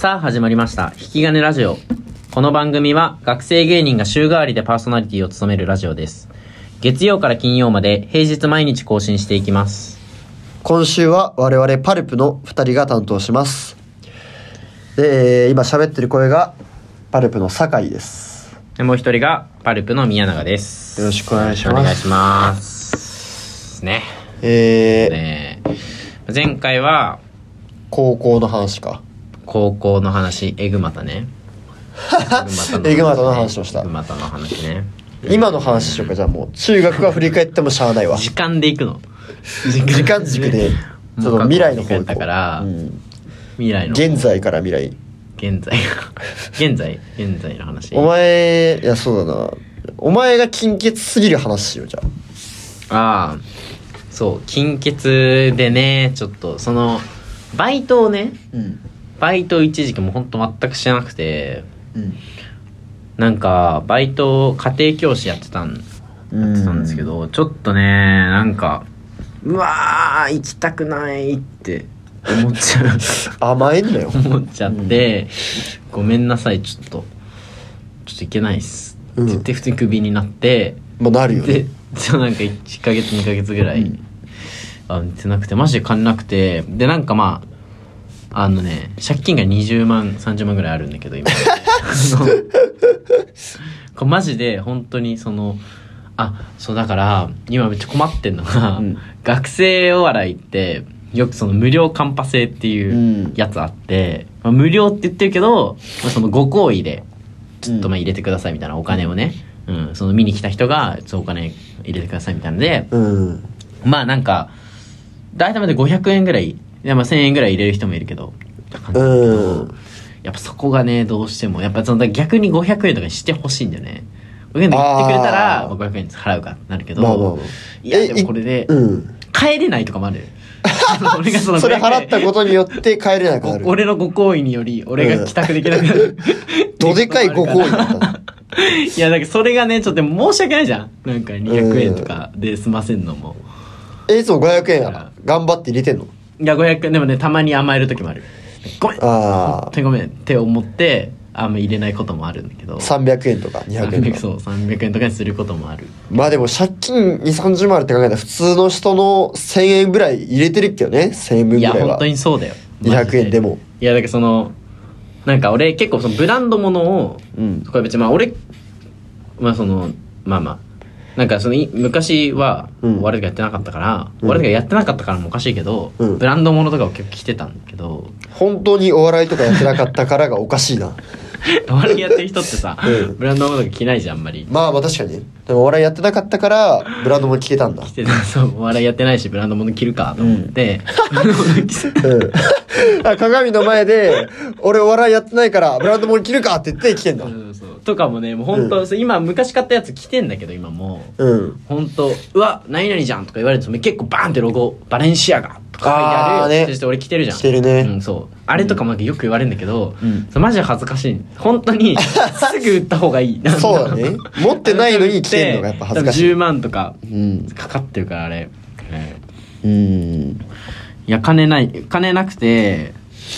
さあ始まりました引き金ラジオ。この番組は学生芸人が週替わりでパーソナリティを務めるラジオです。月曜から金曜まで平日毎日更新していきます。 今週は我々パルプの2人が担当します。で、今喋ってる声がパルプの酒井です。 でもう一人がパルプの宮永です。 よろしくお願いします。 お願いしますね。前回は高校の話か。 高校の話、エグマタね。 エグマタの話をした。 エグマタの話ね。 今の話しようか。じゃあもう中学は振り返ってもしゃあないわ。 時間で行くの。 時間軸でちょっと未来の方行こう。 から、未来の現在から未来。 現在の話。 お前、いやそうだな。お前が金欠すぎる話しようじゃあ。 ああ、そう金欠でね、ちょっとそのバイトをね、バイト一時期もうほんと全くしてなくて、なんかバイト家庭教師やってたんですけど、ちょっとねなんかうわー行きたくないって思っちゃう甘えんなよ思っちゃって、ごめんなさいちょっといけないっすって言って普通にクビになって、 まあなるよね。 でなんか1ヶ月2ヶ月ぐらい行ってなくて、マジで金なくて、でなんかまあ借金が20万30万ぐらいあるんだけど今これマジで本当にそうだから今めっちゃ困ってんのが、学生お笑いってよくその無料カンパ制っていうやつあって、無料って言ってるけど、そのご厚意でちょっと入れてくださいみたいなお金をね、その見に来た人がお金入れてくださいみたいなので、まあなんか大体まで500円ぐらい、1000円ぐらい入れる人もいるけど、やっぱそこがねどうしてもやっぱその逆に500円とかにしてほしいんだよね。500円で言ってくれたら500円払うかってなるけど、いやでもこれで帰れないとかもある俺がそれ払ったことによって帰れなくなる。 俺のご厚意により俺が帰宅できなくなる、 どでかいご厚意だったいやだからそれがねちょっとでも申し訳ないじゃん。なんか200円とかで済ませんのも、 そう500円や頑張って入れてんの。 いや500円でもねたまに甘える時もある。ごめん本当にごめんって思って入れないこともあるんだけど、 300円とか200円とかそう300円とかにすることもある。 まあでも借金2、30万あるって考えたら普通の人の1000円ぐらい入れてるけどね。1000円分ぐらいは。 いや本当にそうだよ。 200円でも。 いやだからなんか俺結構そのブランド物を、これ別に俺なんか昔はお笑いとかやってなかったから、お笑いとかやってなかったからもおかしいけど、ブランド物とかを結構着てたんだけど、 本当にお笑いとかやってなかったからがおかしいなお笑いやってる人ってさ、ブランド物とか着ないじゃんあんまり。 まあ確かにね。でもお笑いやってなかったからブランド物着てたんだ。 着てた。そうお笑いやってないしブランド物着るかと思って、 鏡の前で俺お笑いやってないからブランド物着るかって言って着てんだ。 とかもねもう本当、今昔買ったやつ着てんだけど今も本当うわ何々じゃんとか言われると結構バーンってロゴバレンシアガとか書いてあるよ、そして俺着てるじゃん。 着てるね。 そうあれとかもよく言われるんだけど、マジで恥ずかしい。本当にすぐ売った方がいいそうだね。持ってないのに着てるのがやっぱ恥ずかしい。 10万とかかかってるからあれ、いや金なくて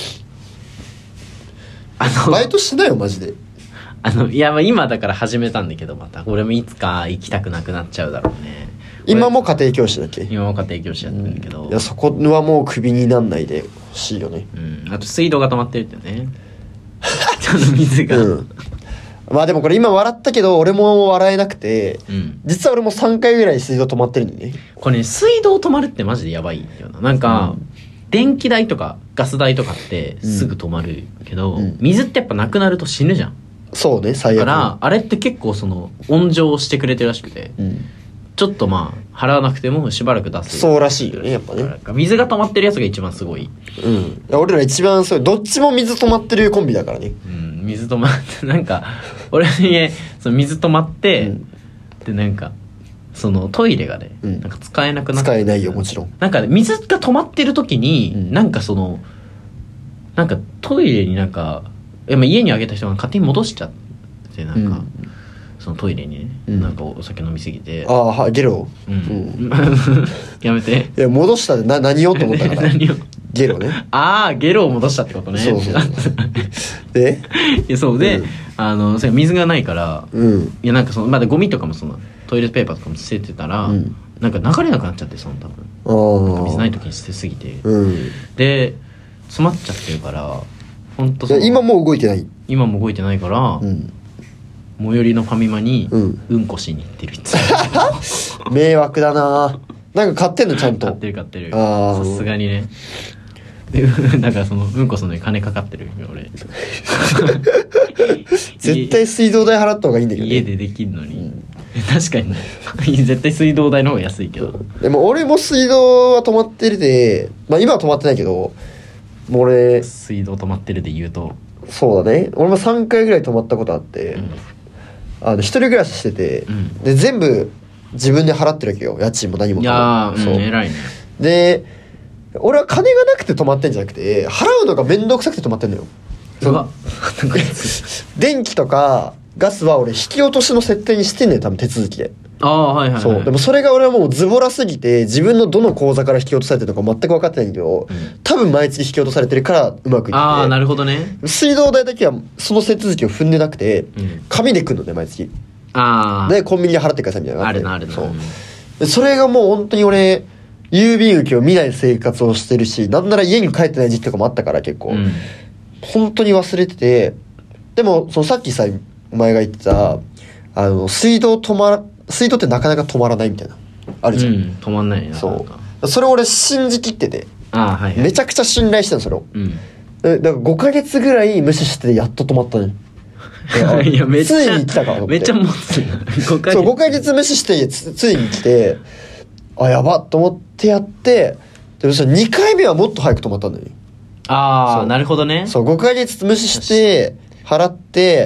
バイトしないよマジで。 いや今だから始めたんだけど、また俺もいつか行きたくなくなっちゃうだろうね。 今も家庭教師だっけ。 今も家庭教師やってるんだけど、 いやそこはもうクビになんないでほしいよね。 あと水道が止まってるってね水が、 まあでもこれ今笑ったけど俺も笑えなくて、実は俺も3回ぐらい水道止まってるんだよね。 これね水道止まるってマジでやばいよな。なんか、電気代とかガス代とかってすぐ止まるけど、水ってやっぱなくなると死ぬじゃん。 そうね、最悪。 だからあれって結構温情をしてくれてるらしくて、ちょっと払わなくてもしばらく出す。 そうらしいよねやっぱね。 水が止まってるやつが一番すごい。 いや俺ら一番どっちも水止まってるコンビだからね。 水止まってなんか俺ね水止まって、でなんかトイレがね、なんか使えなくなって。 使えないよもちろん。 なんか、水が止まってる時に、なんかなんかトイレになんか家にあげた人が勝手に戻しちゃってなんか、トイレにね、なんかお酒飲みすぎて、 ゲロやめて。 いや戻したで何をと思ったから何をゲロね。 ああ、ゲロを戻したってことね。 そうそうでいやそうで、それ水がないから、いやなんかそのまだゴミとかもそのトイレットペーパーとかも捨ててたら、なんか流れなくなっちゃって、その多分なんか水ない時に捨てすぎて、で詰まっちゃってるから、本当今もう動いてない。 今も動いてないから、最寄りのファミマにうんこしに行ってるって。 迷惑だな。なんか買ってんのちゃんと。 買ってる。さすがにね。でだからそのうんこするのに金かかってるよ俺。 絶対水道代払った方がいいんだけどね。 家でできんのに、確かにね。絶対水道代の方が安いけど。 でも俺も水道は止まってるで、まあ今は止まってないけど、もう俺水道止まってるで言うと、 そうだね、俺も3回ぐらい止まったことあって、一人暮らししてて、で全部自分で払ってるわけよ、家賃も何も。 いやー、偉いね。 で俺は金がなくて止まってんじゃなくて、払うのが面倒くさくて止まってんのよ。電気とかガスは俺引き落としの設定にしてんねん、多分手続きで。そうでもそれが俺はもうズボラすぎて、自分のどの口座から引き落とされてるのか全く分かってないんだけど、多分毎月引き落とされてるからうまくいってて。 ああ、なるほどね。 水道代だけはその手続きを踏んでなくて、紙で来るのね毎月。でコンビニで払ってくださいみたいな。 あるな。 そうそれがもう本当に俺郵便受けを見ない生活をしてるし、なんなら家に帰ってない時期とかもあったから、結構、本当に忘れてて。でもそのさっきさお前が言ってた水道ってなかなか止まらないみたいなあるじゃん。 止まんないな。 それ俺信じきってて、めちゃくちゃ信頼してたのそれを。だから5ヶ月ぐらい無視してやっと止まったね。いやめっちゃついに来たかと思って。 めっちゃ持つな。 5ヶ月無視してついに来て、あやばっと思ってやって、でそ2回目はもっと早く止まったんだよね。 なるほどね。 そう5ヶ月無視して払って、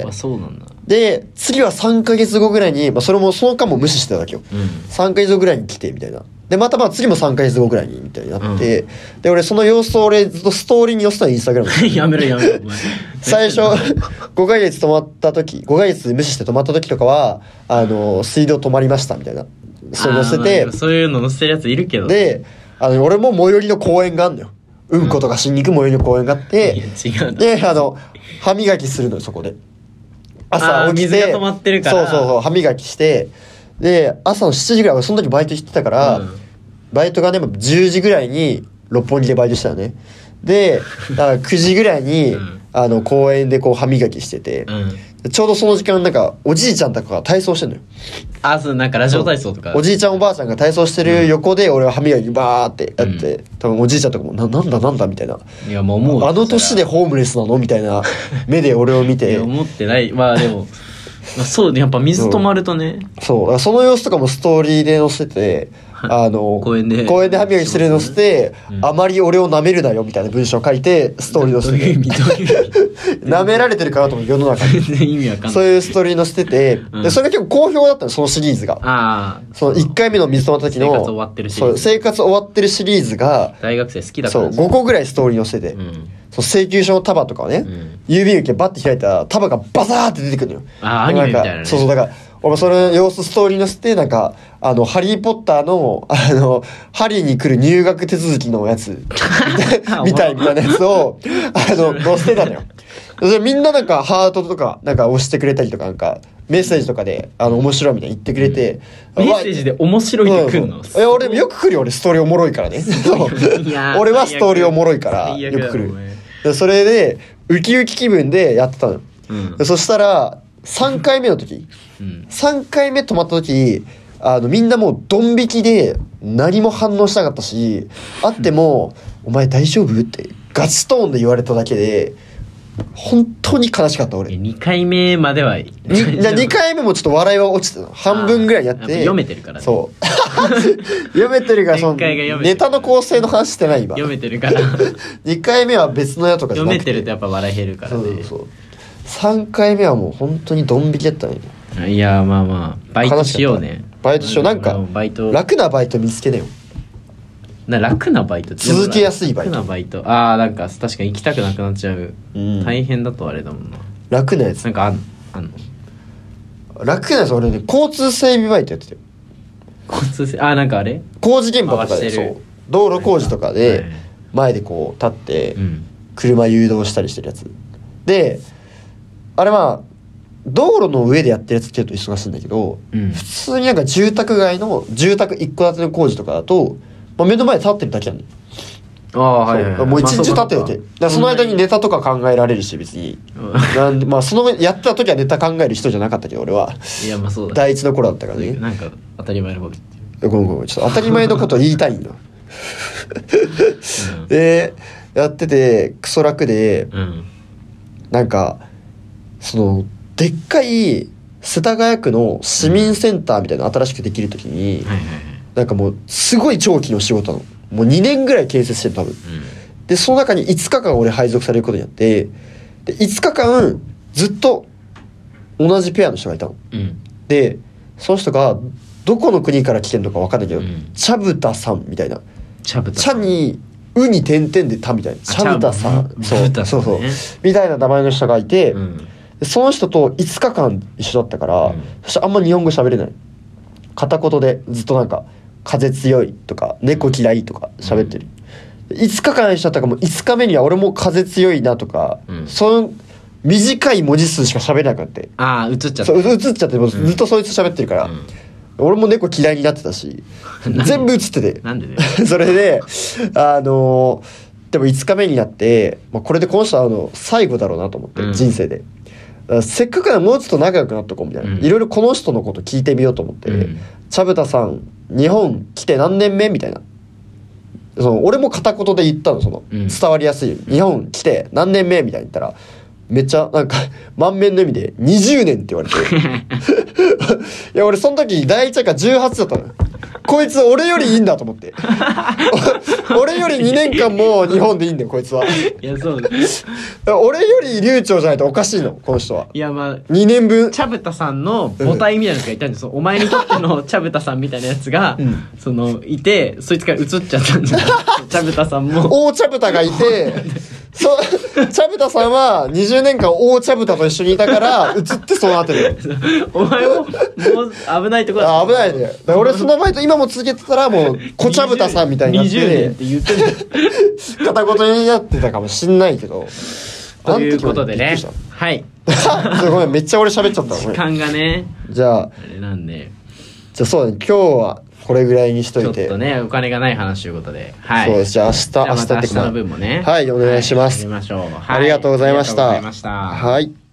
そうなんだ。 で次は3ヶ月後ぐらいに、それもその間も無視してただけよ、3ヶ月後ぐらいに来てみたいな。でまた次も3ヶ月後ぐらいにみたいになって、で俺その様子をずっとストーリーに載せたの、インスタグラムで。 やめろ最初5ヶ月止まった時、5ヶ月無視して止まった時とかは水道止まりましたみたいな、それ載せて、 そういうの載せてるやついるけど。 で俺も最寄りの公園があるのよ。うんことかしに行く最寄りの公園があって、で歯磨きするのよそこで。朝起きて水が止まってるから、 そう歯磨きして、で朝の7時ぐらい、その時バイト行ってたから、バイトがね10時ぐらいに六本木でバイトしたよね。でだから9時ぐらいに、公園でこう歯磨きしてて、ちょうどその時間なんかおじいちゃんとかが体操してんのよ。 なんかラジオ体操とか、 おじいちゃんおばあちゃんが体操してる横で俺は歯磨きバーってやって、多分おじいちゃんとかもなんだみたいな、 いやもう年でホームレスなのみたいな目で俺を見て。 思ってない。でもそうね、やっぱ水止まるとね。 その様子とかもストーリーで載せてて、公園で歯磨きしてるのして、あまり俺を舐めるなよみたいな文章を書いてストーリー載せてて、舐められてるかなと思う世の中に。 意味わかんない。 そういうストーリー載せてて、でそれが結構好評だったの、そのシリーズが。その1回目の水止まった時の生活終わってるシリーズが大学生好きだから、 5個ぐらいストーリー載せてて、請求書の束とかをね、郵便受けバッて開いたら束がバザーって出てくるのよ。 アニメみたいなね。 そうだから俺それ様子ストーリー載せて、なんかハリーポッターのハリーに来る入学手続きのやつみたいなやつを載せてたのよ。みんななんかハートとかなんか押してくれたりとか、なんかメッセージとかで面白いみたいに言ってくれて、 メッセージで面白いって来るの？ 俺よく来るよ、俺ストーリーおもろいからね。俺はストーリーおもろいからよく来る。それでウキウキ気分でやってたの。そしたら3回目の時、3回目止まった時、みんなもうドン引きで何も反応しなかったし、あってもお前大丈夫ってガチトーンで言われただけで本当に悲しかった俺。 2回目までは 2回目もちょっと笑いは落ちてたの、半分ぐらいやって。 読めてるからね。 そう読めてるからそのネタの構成の話してない今。 読めてるから 2回目は別のやつとかじゃなくて、 読めてるとやっぱ笑えるからね。 そう3回目はもう本当にドン引きだったね。 いやまあバイトしようね。 バイトしよう。なんか楽なバイト見つけなよ。 楽なバイト、 続けやすいバイト。 楽なバイト、なんか確かに行きたくなくなっちゃう、大変だとあれだもんな。 楽なやつなんかあんの楽なやつ。俺ね交通整備バイトやってたよ。 交通整備なんかあれ工事現場とかで、そう道路工事とかで、 前でこう立ってうん車誘導したりしてるやつで、あれまあ道路の上でやってるやつって言うと忙しいんだけど、 うん普通になんか住宅街の住宅一戸建ての工事とかだと、まあ、目の前で立ってるだけなんだよ。 ああはいはい、はい、 もう一日立ってるって、 まあだからその間にネタとか考えられるし別に、なんでまあそのやってた時はネタ考える人じゃなかったけど俺は。 いやまあそうだ、 第一の頃だったからね。 なんか当たり前のこと言ってる。 ごめんごめん、ちょっと当たり前のこと言いたいんだ。 うん、 でやっててクソ楽で、 うん、 なんかそのでっかい世田谷区の市民センターみたいなの新しくできる時に、 はいはいはい、 なんかもうすごい長期の仕事なの。もう2年ぐらい建設してる多分、でその中に5日間俺配属されることになって、で5日間ずっと同じペアの人がいたの、 うん、 でその人がどこの国から来てるのか分かんないけど、 うん、 茶豚さんみたいな、 茶豚茶にうに点々でたみたいな茶豚さん、そうそうみたいな名前の人がいて、 うん、 でその人と5日間一緒だったから、 うん、 そしてあんま日本語喋れない、片言でずっとなんか風強いとか猫嫌いとか喋ってる、5日間一緒だったからもう5日目には俺も風強いなとか、 うん、 その短い文字数しか喋れなくなって、 ああ映っちゃった、 そう映っちゃってもうずっとそいつ喋ってるから、 うん、 俺も猫嫌いになってたし全部映っててなんでねそれででも5日目になって、まあ、これでこの人は最後だろうなと思って、 うん、 人生でせっかくならもうちょっと仲良くなっとこうみたいな、いろいろこの人のこと聞いてみようと思って、 うん、 茶豚さん日本来て何年目みたいな、俺も片言で言ったの、 うん、 伝わりやすい、日本来て何年目みたいに言ったらめっちゃなんか満面の意味で20年って言われていや俺その時第一話から18だったのよ。こいつ俺よりいいんだと思って俺より2年間も日本でいいんだよこいつは。 いやそうだ俺より流暢じゃないとおかしいのこの人は。 いやまあ 2年分茶豚さんの母体みたいなやつがいたんですよ、お前にとっての茶豚さんみたいなやつが、いて、そいつから移っちゃったんだ茶豚さんも大茶豚がいて茶豚さんは20年間大茶豚と一緒にいたから移ってそうなってるお前ももう危ないとこだった。 危ないね。俺そのバイト今も続けてたらもう小茶豚さんみたいになって 20年って言ってる片言になってたかもしんないけど。 ということでね、はいごめんめっちゃ俺喋っちゃった。 時間がね、 じゃああれなんで、 じゃあそうだね、今日はこれぐらいにしといて、 ちょっとねお金がない話ということで、はい、 そうです。じゃあ明日また明日の分もね、 はいお願いします。 やりましょう。 ありがとうございました。 ありがとうございました。 はい。